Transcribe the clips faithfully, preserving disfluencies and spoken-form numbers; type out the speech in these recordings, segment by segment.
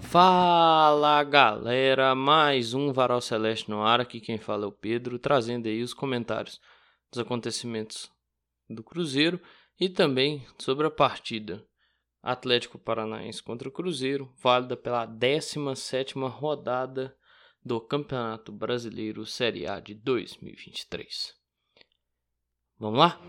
Fala galera, mais um Varal Celeste no ar, aqui quem fala é o Pedro, trazendo aí os comentários dos acontecimentos do Cruzeiro e também sobre a partida Atlético Paranaense contra o Cruzeiro, válida pela décima sétima rodada do Campeonato Brasileiro Série A de dois mil e vinte e três. Vamos lá?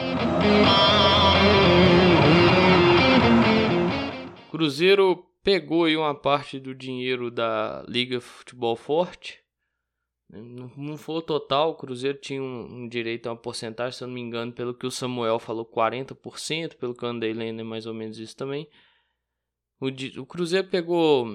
Cruzeiro pegou aí uma parte do dinheiro da Liga Futebol Forte. Não foi o total, o Cruzeiro tinha um, um direito a uma porcentagem, se eu não me engano, pelo que o Samuel falou, quarenta por cento, pelo que eu andei lendo é mais ou menos isso também. O, o Cruzeiro pegou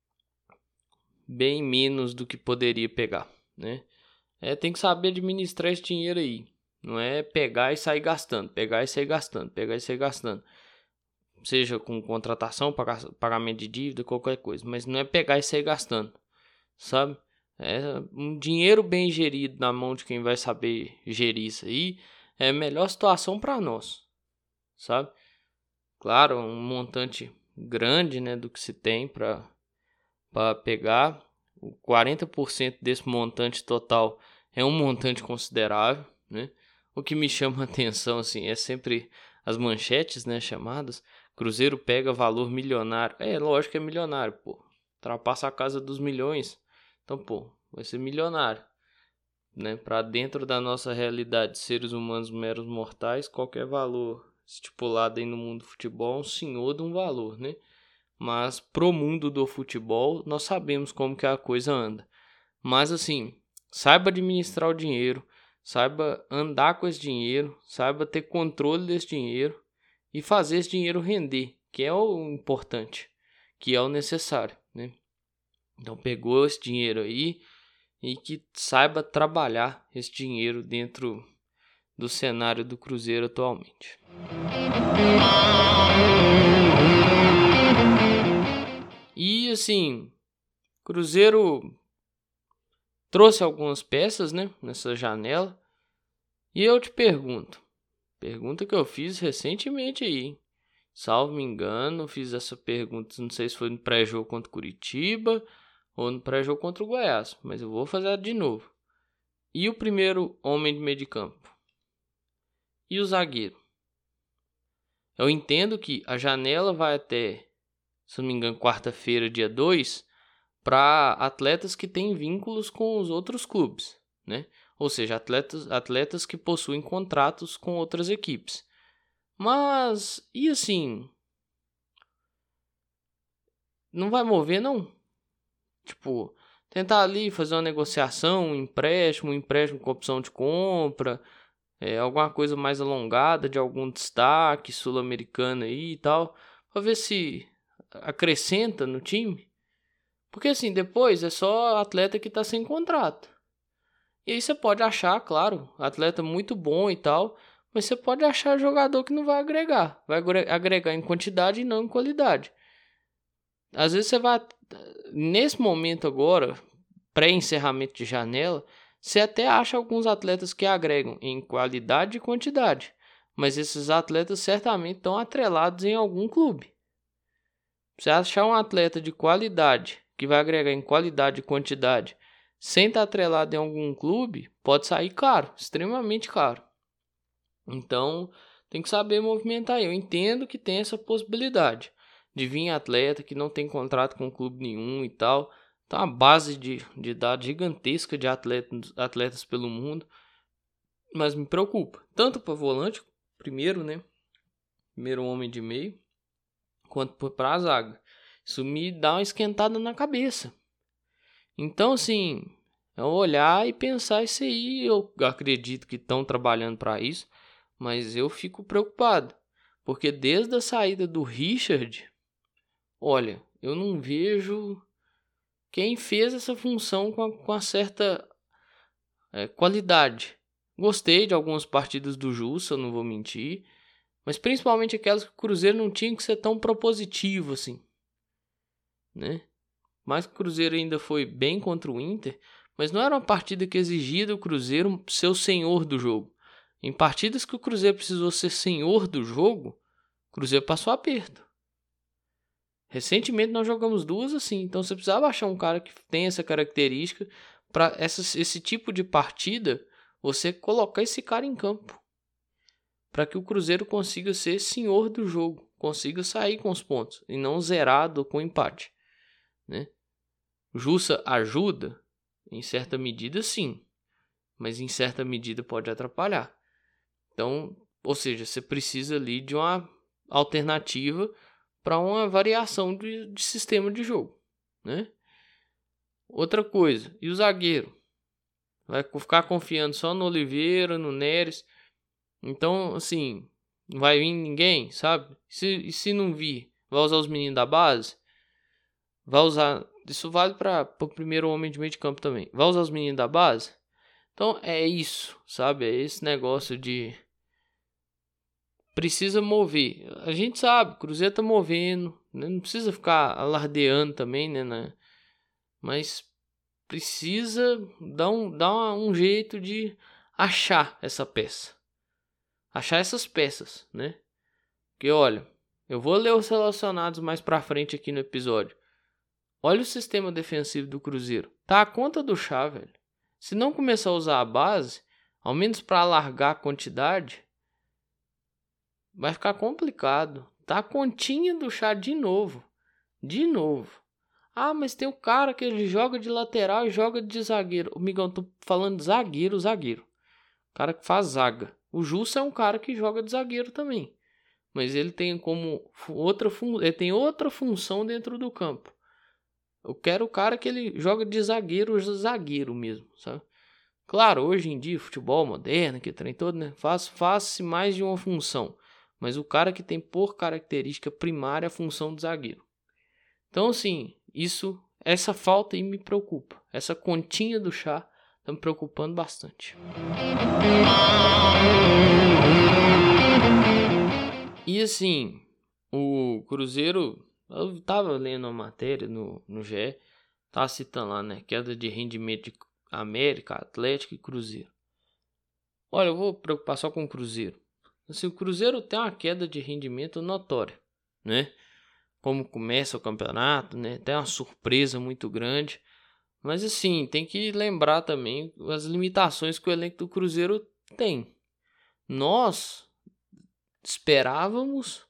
bem menos do que poderia pegar, né? É, tem que saber administrar esse dinheiro aí. Não é pegar e sair gastando, pegar e sair gastando, pegar e sair gastando. Seja com contratação, pagamento de dívida, qualquer coisa. Mas não é pegar e sair gastando, sabe? É um dinheiro bem gerido na mão de quem vai saber gerir isso aí. É a melhor situação para nós, sabe? Claro, um montante grande, né, do que se tem para para pegar. O quarenta por cento desse montante total é um montante considerável, né? O que me chama a atenção assim, é sempre as manchetes, né, chamadas. Cruzeiro pega valor milionário. É, lógico que é milionário, pô. Ultrapassa a casa dos milhões. Então, pô, vai ser milionário, né? Para dentro da nossa realidade, seres humanos meros mortais, qualquer valor estipulado aí no mundo do futebol é um senhor de um valor, né? Mas pro mundo do futebol, nós sabemos como que a coisa anda. Mas assim, saiba administrar o dinheiro, saiba andar com esse dinheiro, saiba ter controle desse dinheiro e fazer esse dinheiro render, que é o importante, que é o necessário, né? Então pegou esse dinheiro aí e que saiba trabalhar esse dinheiro dentro do cenário do Cruzeiro atualmente. E assim, Cruzeiro trouxe algumas peças, né, nessa janela. E eu te pergunto, pergunta que eu fiz recentemente aí, hein? Salvo me engano, fiz essa pergunta, não sei se foi no pré-jogo contra o Curitiba ou no pré-jogo contra o Goiás, mas eu vou fazer de novo. E o primeiro homem de meio de campo? E o zagueiro? Eu entendo que a janela vai até, se não me engano, quarta-feira, dia dois, para atletas que têm vínculos com os outros clubes, né? Ou seja, atletas, atletas que possuem contratos com outras equipes. Mas, e assim, não vai mover não? Tipo, tentar ali fazer uma negociação, um empréstimo, um empréstimo com opção de compra, é, alguma coisa mais alongada de algum destaque sul-americano aí e tal, pra ver se acrescenta no time. Porque assim, depois é só atleta que tá sem contrato. E aí você pode achar, claro, atleta muito bom e tal, mas você pode achar jogador que não vai agregar. Vai agregar em quantidade e não em qualidade. Às vezes você vai, nesse momento agora, pré-encerramento de janela, você até acha alguns atletas que agregam em qualidade e quantidade. Mas esses atletas certamente estão atrelados em algum clube. Você achar um atleta de qualidade, que vai agregar em qualidade e quantidade, sem estar atrelado em algum clube, pode sair caro, extremamente caro. Então, tem que saber movimentar. Eu entendo que tem essa possibilidade de vir atleta que não tem contrato com clube nenhum e tal. Então, a base de, de dados gigantesca de atletas, atletas pelo mundo. Mas me preocupa, tanto para volante, primeiro, né? Primeiro homem de meio, quanto para a zaga. Isso me dá uma esquentada na cabeça. Então, assim, é olhar e pensar isso aí. Eu acredito que estão trabalhando para isso, mas eu fico preocupado. Porque desde a saída do Richard, olha, eu não vejo quem fez essa função com, a, com uma certa é, qualidade. Gostei de algumas partidas do Jussa, não vou mentir. Mas principalmente aquelas que o Cruzeiro não tinha que ser tão propositivo assim, né? Mas o Cruzeiro ainda foi bem contra o Inter, mas não era uma partida que exigia do Cruzeiro ser o senhor do jogo. Em partidas que o Cruzeiro precisou ser senhor do jogo, o Cruzeiro passou aperto. Recentemente nós jogamos duas assim, então você precisava achar um cara que tem essa característica para esse tipo de partida, você colocar esse cara em campo, para que o Cruzeiro consiga ser senhor do jogo, consiga sair com os pontos e não zerado com empate, né? O Jussa ajuda em certa medida, sim, mas em certa medida pode atrapalhar. Então, ou seja, você precisa ali de uma alternativa para uma variação de, de sistema de jogo, né? Outra coisa, e o zagueiro? Vai ficar confiando só no Oliveira, no Neres? Então, assim, não vai vir ninguém, sabe? Se, e se não vir, vai usar os meninos da base? Vai usar... Isso vale para o primeiro homem de meio de campo também. Vai usar os meninos da base? Então, é isso, sabe? É esse negócio de... Precisa mover. A gente sabe, o Cruzeiro tá movendo, né? Não precisa ficar alardeando também, né? né? Mas precisa dar, um, dar um jeito de achar essa peça. Achar essas peças, né? Porque olha, eu vou ler os relacionados mais pra frente aqui no episódio. Olha o sistema defensivo do Cruzeiro. Tá a conta do chá, velho. Se não começar a usar a base, ao menos para alargar a quantidade, vai ficar complicado. Tá a continha do chá de novo. De novo. Ah, mas tem o cara que ele joga de lateral e joga de zagueiro. O Migão, tô falando de zagueiro, zagueiro. Cara que faz zaga. O Jussa é um cara que joga de zagueiro também. Mas ele tem como outra, fun... ele tem outra função dentro do campo. Eu quero o cara que ele joga de zagueiro, zagueiro mesmo, sabe? Claro, hoje em dia, futebol moderno, que trem todo, né? Faz, faz-se mais de uma função. Mas o cara que tem por característica primária a função de zagueiro. Então, assim, isso, essa falta aí me preocupa. Essa continha do chá tá me preocupando bastante. E assim, o Cruzeiro, eu tava lendo uma matéria no, no G E, tava citando lá, né? Queda de rendimento de América, Atlético e Cruzeiro. Olha, eu vou preocupar só com o Cruzeiro. Assim, o Cruzeiro tem uma queda de rendimento notória, né? Como começa o campeonato, né? Tem uma surpresa muito grande. Mas assim, tem que lembrar também as limitações que o elenco do Cruzeiro tem. Nós esperávamos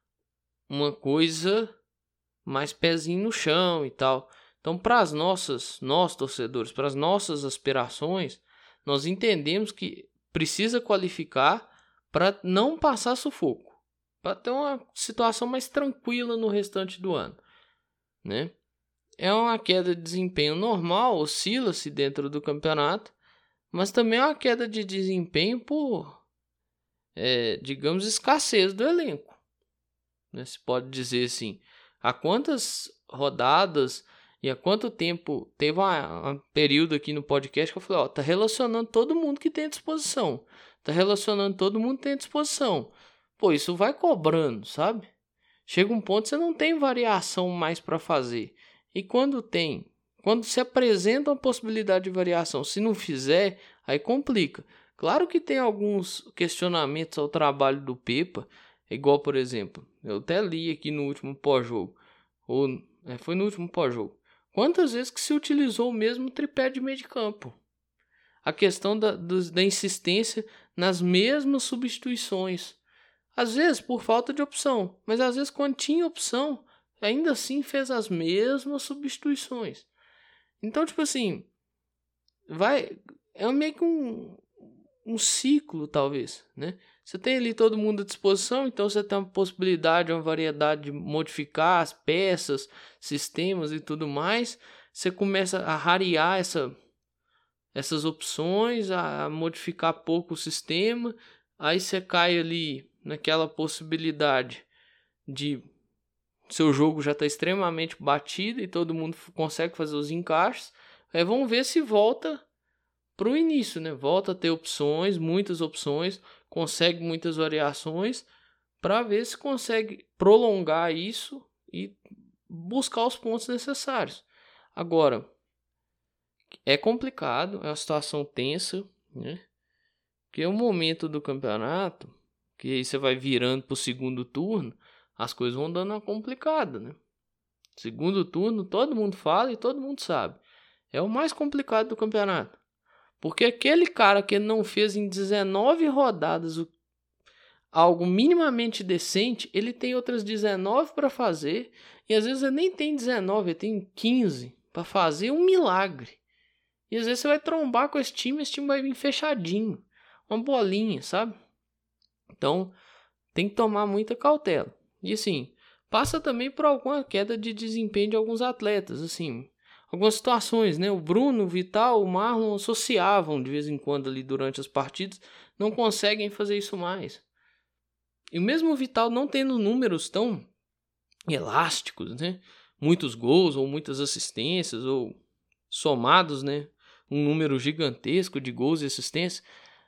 uma coisa mais pezinho no chão e tal. Então, para as nossas, nós torcedores, para as nossas aspirações, nós entendemos que precisa qualificar para não passar sufoco, para ter uma situação mais tranquila no restante do ano, né? É uma queda de desempenho normal, oscila-se dentro do campeonato, mas também é uma queda de desempenho por, é, digamos, escassez do elenco, né? Se pode dizer assim, há quantas rodadas e há quanto tempo teve um período aqui no podcast que eu falei, ó, tá relacionando todo mundo que tem à disposição, tá relacionando todo mundo que tem à disposição. Pô, isso vai cobrando, sabe? Chega um ponto que você não tem variação mais para fazer. E quando tem, quando se apresenta uma possibilidade de variação, se não fizer, aí complica. Claro que tem alguns questionamentos ao trabalho do Pepa, igual, por exemplo, eu até li aqui no último pós-jogo, ou é, foi no último pós-jogo, quantas vezes que se utilizou o mesmo tripé de meio de campo? A questão da, do, da insistência nas mesmas substituições. Às vezes por falta de opção, mas às vezes quando tinha opção, ainda assim fez as mesmas substituições. Então, tipo assim, vai, é meio que um, um ciclo, talvez, né? Você tem ali todo mundo à disposição, então você tem uma possibilidade, uma variedade de modificar as peças, sistemas e tudo mais. Você começa a rarear essa, essas opções, a modificar pouco o sistema. Aí você cai ali naquela possibilidade de seu jogo já está extremamente batido e todo mundo consegue fazer os encaixes. Aí vamos ver se volta para o início, né? Volta a ter opções, muitas opções, consegue muitas variações para ver se consegue prolongar isso e buscar os pontos necessários. Agora, é complicado, é uma situação tensa, né? Porque é um momento do campeonato que aí você vai virando para o segundo turno, as coisas vão dando uma complicada, né? Segundo turno, todo mundo fala e todo mundo sabe. É o mais complicado do campeonato. Porque aquele cara que não fez em dezenove rodadas o, algo minimamente decente, ele tem outras dezenove para fazer. E às vezes ele nem tem dezenove, ele tem quinze para fazer um milagre. E às vezes você vai trombar com esse time, esse time vai vir fechadinho. Uma bolinha, sabe? Então, tem que tomar muita cautela. E assim, passa também por alguma queda de desempenho de alguns atletas, assim, algumas situações, né? O Bruno, o Vital, o Marlon associavam de vez em quando ali durante as partidas, não conseguem fazer isso mais. E mesmo o Vital não tendo números tão elásticos, né? Muitos gols ou muitas assistências ou somados, né? Um número gigantesco de gols e assistências,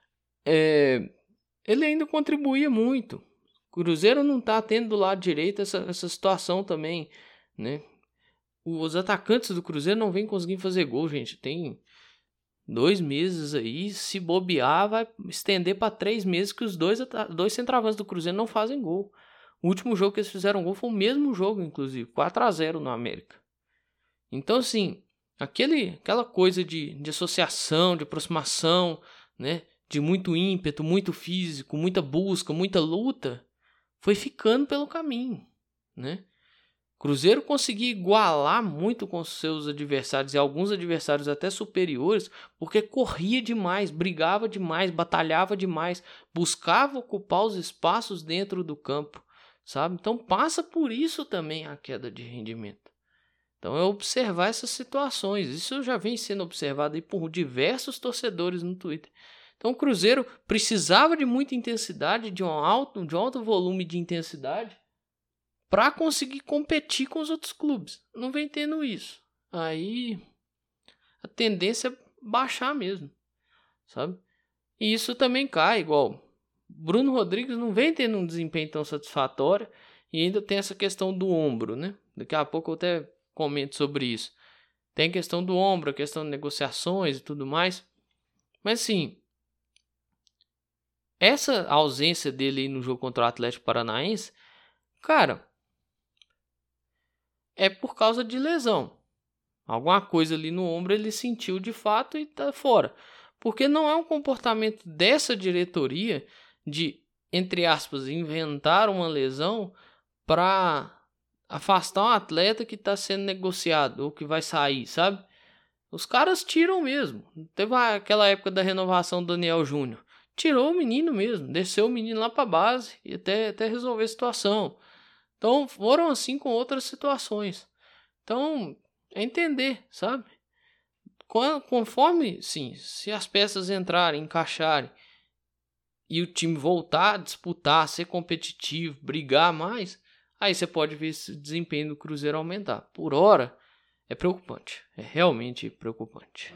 é... ele ainda contribuía muito. O Cruzeiro não tá tendo do lado direito essa, essa situação também, né? Os atacantes do Cruzeiro não vêm conseguindo fazer gol, gente. Tem dois meses aí, se bobear, vai estender para três meses que os dois, dois centroavantes do Cruzeiro não fazem gol. O último jogo que eles fizeram gol foi o mesmo jogo, inclusive, quatro a zero no América. Então, assim, aquele, aquela coisa de, de associação, de aproximação, né? De muito ímpeto, muito físico, muita busca, muita luta, foi ficando pelo caminho, né? Cruzeiro conseguia igualar muito com seus adversários e alguns adversários até superiores, porque corria demais, brigava demais, batalhava demais, buscava ocupar os espaços dentro do campo, sabe? Então passa por isso também a queda de rendimento. Então é observar essas situações. Isso já vem sendo observado aí por diversos torcedores no Twitter. Então o Cruzeiro precisava de muita intensidade, de um alto, de um alto volume de intensidade, para conseguir competir com os outros clubes. Não vem tendo isso. Aí a tendência é baixar mesmo, sabe? E isso também cai, igual Bruno Rodrigues não vem tendo um desempenho tão satisfatório e ainda tem essa questão do ombro, né? Daqui a pouco eu até comento sobre isso. Tem a questão do ombro, a questão de negociações e tudo mais. Mas assim, essa ausência dele no jogo contra o Atlético Paranaense, cara, é por causa de lesão. Alguma coisa ali no ombro ele sentiu de fato e tá fora. Porque não é um comportamento dessa diretoria de, entre aspas, inventar uma lesão para afastar um atleta que está sendo negociado ou que vai sair, sabe? Os caras tiram mesmo. Teve aquela época da renovação do Daniel Júnior. Tirou o menino mesmo, desceu o menino lá para a base e até, até resolver a situação. Então foram assim com outras situações. Então é entender, sabe? Conforme, sim, se as peças entrarem, encaixarem e o time voltar a disputar, ser competitivo, brigar mais, aí você pode ver esse desempenho do Cruzeiro aumentar. Por hora, é preocupante. É realmente preocupante.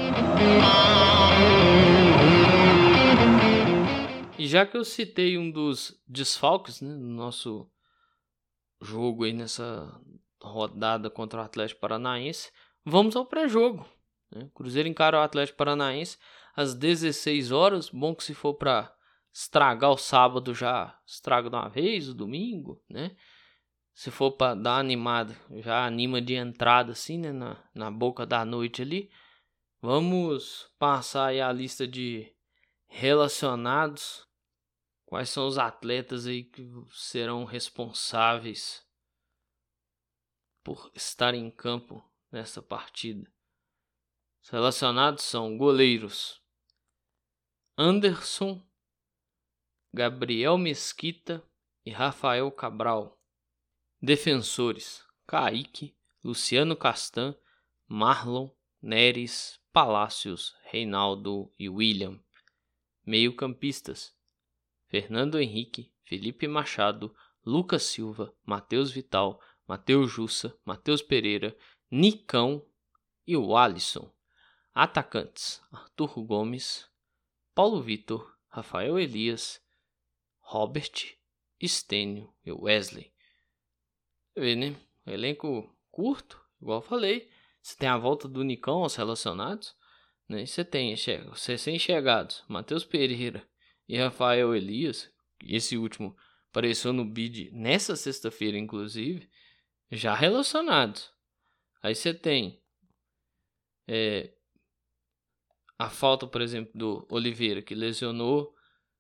E já que eu citei um dos desfalques, né, no nosso jogo aí nessa rodada contra o Atlético Paranaense, vamos ao pré-jogo. Né? Cruzeiro encara o Atlético Paranaense às dezesseis horas. Bom que se for para estragar o sábado já estraga de uma vez, o domingo, né? Se for para dar uma animada, já anima de entrada assim, né? Na, na boca da noite ali. Vamos passar aí a lista de relacionados. Quais são os atletas aí que serão responsáveis por estar em campo nessa partida? Os relacionados são goleiros Anderson, Gabriel Mesquita e Rafael Cabral. Defensores: Kaique, Luciano Castan, Marlon, Neres, Palácios, Reinaldo e William. Meio-campistas: Fernando Henrique, Felipe Machado, Lucas Silva, Matheus Vital, Matheus Jussa, Matheus Pereira, Nicão e o Alisson. Atacantes: Arthur Gomes, Paulo Vitor, Rafael Elias, Robert, Stênio e Wesley. Você vê, né? Elenco curto, igual eu falei. Você tem a volta do Nicão aos relacionados, né? Você tem os recém-chegados Matheus Pereira e Rafael Elias. Esse último apareceu no bid nessa sexta-feira, inclusive. já relacionados. Aí você tem é, a falta, por exemplo, do Oliveira, que lesionou.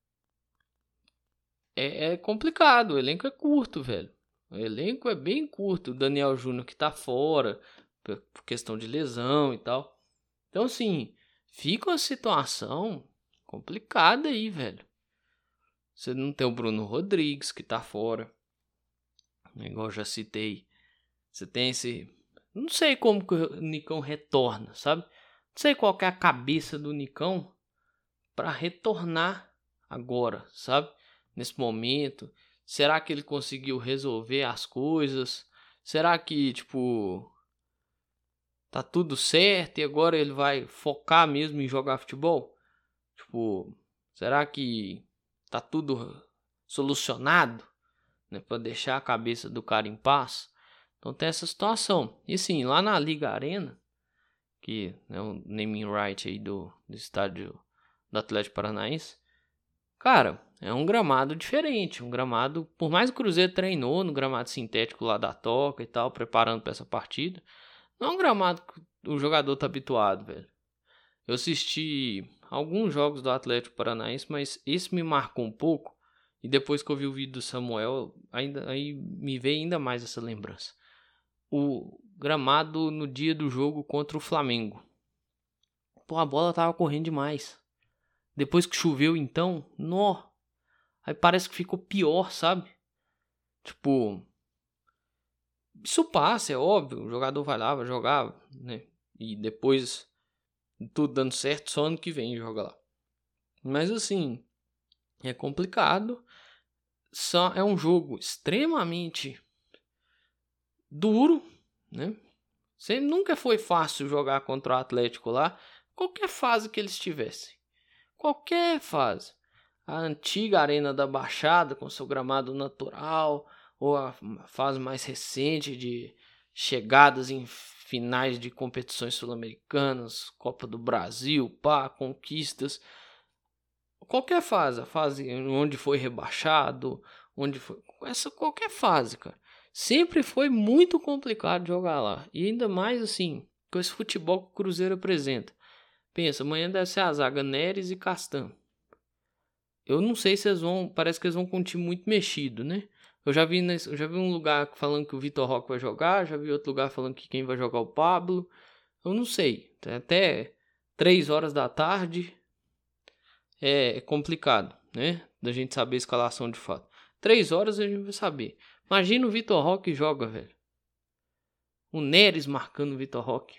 É, é complicado, o elenco é curto, velho. O elenco é bem curto. O Daniel Júnior que tá fora, por questão de lesão e tal. Então, assim, fica uma situação complicada aí, velho. Você não tem o Bruno Rodrigues que tá fora. Igual eu já citei. Você tem esse... Não sei como que o Nicão retorna, sabe? Não sei qual que é a cabeça do Nicão pra retornar agora, sabe? Nesse momento. Será que ele conseguiu resolver as coisas? Será que, tipo, tá tudo certo e agora ele vai focar mesmo em jogar futebol? Tipo, será que tá tudo solucionado, né, para deixar a cabeça do cara em paz? Então tem essa situação. E sim, lá na Liga Arena, que é o naming right aí do, do estádio do Atlético Paranaense, cara, é um gramado diferente, um gramado, por mais que o Cruzeiro treinou no gramado sintético lá da Toca e tal, preparando para essa partida, não é um gramado que o jogador tá habituado, velho. Eu assisti alguns jogos do Atlético Paranaense, mas esse me marcou um pouco, e depois que eu vi o vídeo do Samuel, ainda, aí me veio ainda mais essa lembrança. O gramado no dia do jogo contra o Flamengo. Pô, a bola tava correndo demais. Depois que choveu, então, nó. Aí parece que ficou pior, sabe? Tipo, isso passa, é óbvio. O jogador vai lá, vai jogar, né? E depois, tudo dando certo, só ano que vem joga lá. Mas assim, é complicado. Só é um jogo extremamente duro, né? Sempre nunca foi fácil jogar contra o Atlético lá. Qualquer fase que eles tivessem. Qualquer fase. A antiga Arena da Baixada com seu gramado natural, ou a fase mais recente de chegadas em finais de competições sul-americanas, Copa do Brasil, pá, conquistas. Qualquer fase, a fase onde foi rebaixado, onde foi essa qualquer fase, cara. Sempre foi muito complicado jogar lá. E ainda mais assim, com esse futebol que o Cruzeiro apresenta. Pensa, amanhã deve ser a zaga Neres e Castan. Eu não sei se eles vão. Parece que eles vão com um time muito mexido, né? Eu já vi, nesse, eu já vi um lugar falando que o Vitor Roque vai jogar. Já vi outro lugar falando que quem vai jogar é o Pablo. Eu não sei. Até três horas da tarde é complicado, né? Da gente saber a escalação de fato. três horas a gente vai saber. Imagina o Vitor Roque joga, velho. O Neres marcando o Vitor Roque.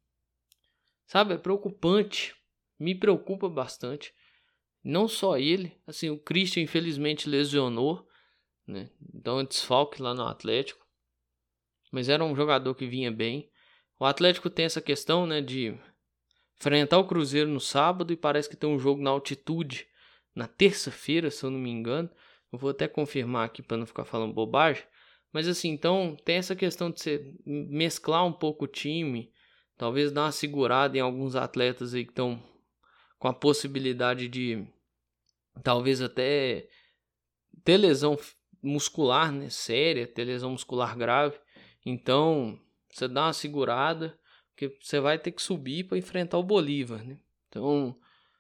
Sabe? É preocupante. Me preocupa bastante. Não só ele, assim, o Christian infelizmente lesionou, né? Então é desfalque lá no Atlético. Mas era um jogador que vinha bem. O Atlético tem essa questão, né, de enfrentar o Cruzeiro no sábado e parece que tem um jogo na altitude na terça-feira, se eu não me engano. Eu vou até confirmar aqui para não ficar falando bobagem. Mas assim, então tem essa questão de você mesclar um pouco o time, talvez dar uma segurada em alguns atletas aí que estão com a possibilidade de talvez até ter lesão muscular, né, séria, ter lesão muscular grave. Então, você dá uma segurada, porque você vai ter que subir para enfrentar o Bolívar, né? Então,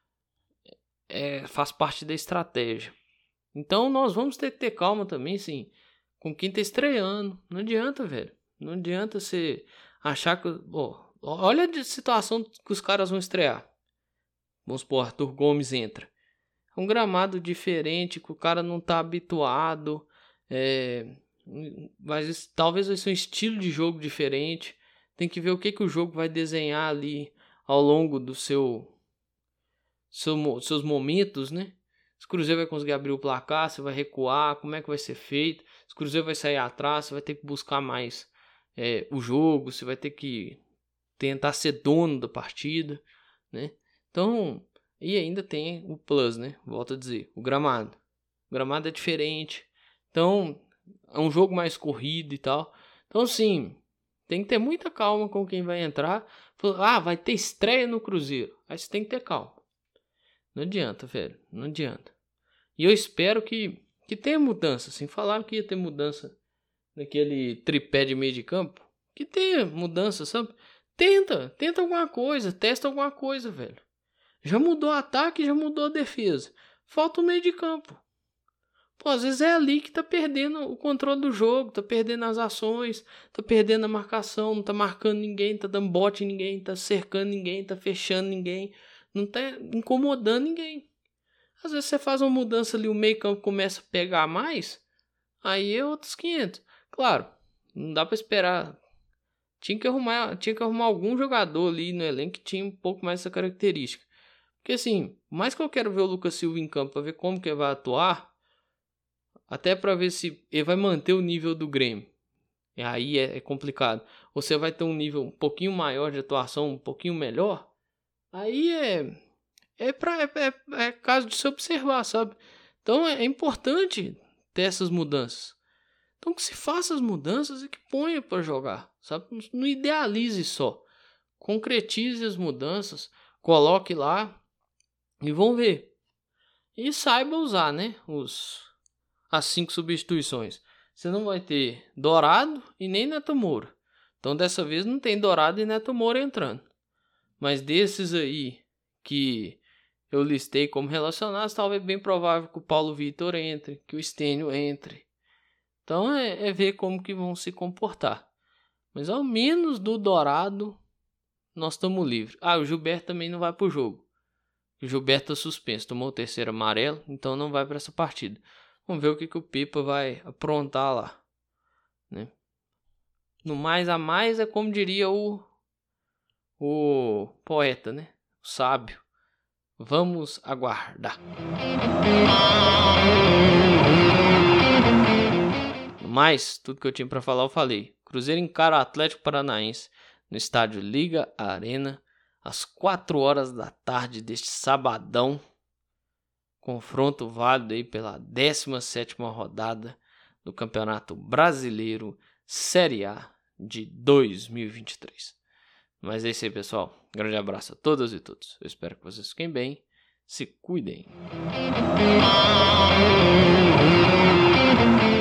é, faz parte da estratégia. Então, nós vamos ter que ter calma também, sim, com quem tá estreando. Não adianta, velho. Não adianta você achar que... Oh, olha a situação que os caras vão estrear. Vamos supor, Arthur Gomes entra. É um gramado diferente, que o cara não tá habituado. É, mas talvez vai ser um estilo de jogo diferente. Tem que ver o que, que o jogo vai desenhar ali ao longo do seu, seu seus momentos, né? Se o Cruzeiro vai conseguir abrir o placar, se vai recuar, como é que vai ser feito. Se o Cruzeiro vai sair atrás, você vai ter que buscar mais é, o jogo, você vai ter que tentar ser dono da partida, né? Então, e ainda tem o plus, né? Volto a dizer, o gramado. O gramado é diferente. Então, é um jogo mais corrido e tal. Então, sim, tem que ter muita calma com quem vai entrar. Ah, vai ter estreia no Cruzeiro. Aí você tem que ter calma. Não adianta, velho. Não adianta. E eu espero que, que tenha mudança. Assim, falaram que ia ter mudança naquele tripé de meio de campo, que tenha mudança, sabe? Tenta, tenta alguma coisa, testa alguma coisa, velho. Já mudou o ataque, já mudou a defesa. Falta o meio de campo. Pô, às vezes é ali que tá perdendo o controle do jogo, tá perdendo as ações, tá perdendo a marcação, não tá marcando ninguém, tá dando bote em ninguém, tá cercando ninguém, tá fechando ninguém, não tá incomodando ninguém. Às vezes você faz uma mudança ali, o meio campo começa a pegar mais, aí é outros quinhentos. Claro, não dá pra esperar. Tinha que arrumar, tinha que arrumar algum jogador ali no elenco que tinha um pouco mais essa característica. Porque assim, mais que eu quero ver o Lucas Silva em campo pra ver como que ele vai atuar, até pra ver se ele vai manter o nível do Grêmio. E aí é, é complicado. Ou você vai ter um nível um pouquinho maior de atuação, um pouquinho melhor. Aí é é, pra, é, é, é caso de se observar, sabe? Então é, é importante ter essas mudanças. Então que se faça as mudanças e que ponha pra jogar, sabe? Não, não idealize só. Concretize as mudanças, coloque lá e vão ver. E saiba usar, né? Os, as cinco substituições. Você não vai ter Dourado e nem Neto Moura. Então dessa vez não tem Dourado e Neto Moura entrando. Mas desses aí que eu listei como relacionados, talvez bem provável que o Paulo Vitor entre, que o Stênio entre. Então é, é ver como que vão se comportar. Mas ao menos do Dourado nós estamos livres. Ah, o Gilberto também não vai pro jogo. O Gilberto tá suspenso, tomou o terceiro amarelo, então não vai para essa partida. Vamos ver o que, que o Pipa vai aprontar lá, né? No mais a mais é como diria o o poeta, né? O sábio. Vamos aguardar. No mais, tudo que eu tinha para falar eu falei. Cruzeiro encara o Atlético Paranaense no estádio Liga Arena às quatro horas da tarde deste sabadão. Confronto válido aí pela décima sétima rodada do Campeonato Brasileiro Série A de dois mil e vinte e três. Mas é isso aí, pessoal. Grande abraço a todas e todos. Eu espero que vocês fiquem bem. Se cuidem.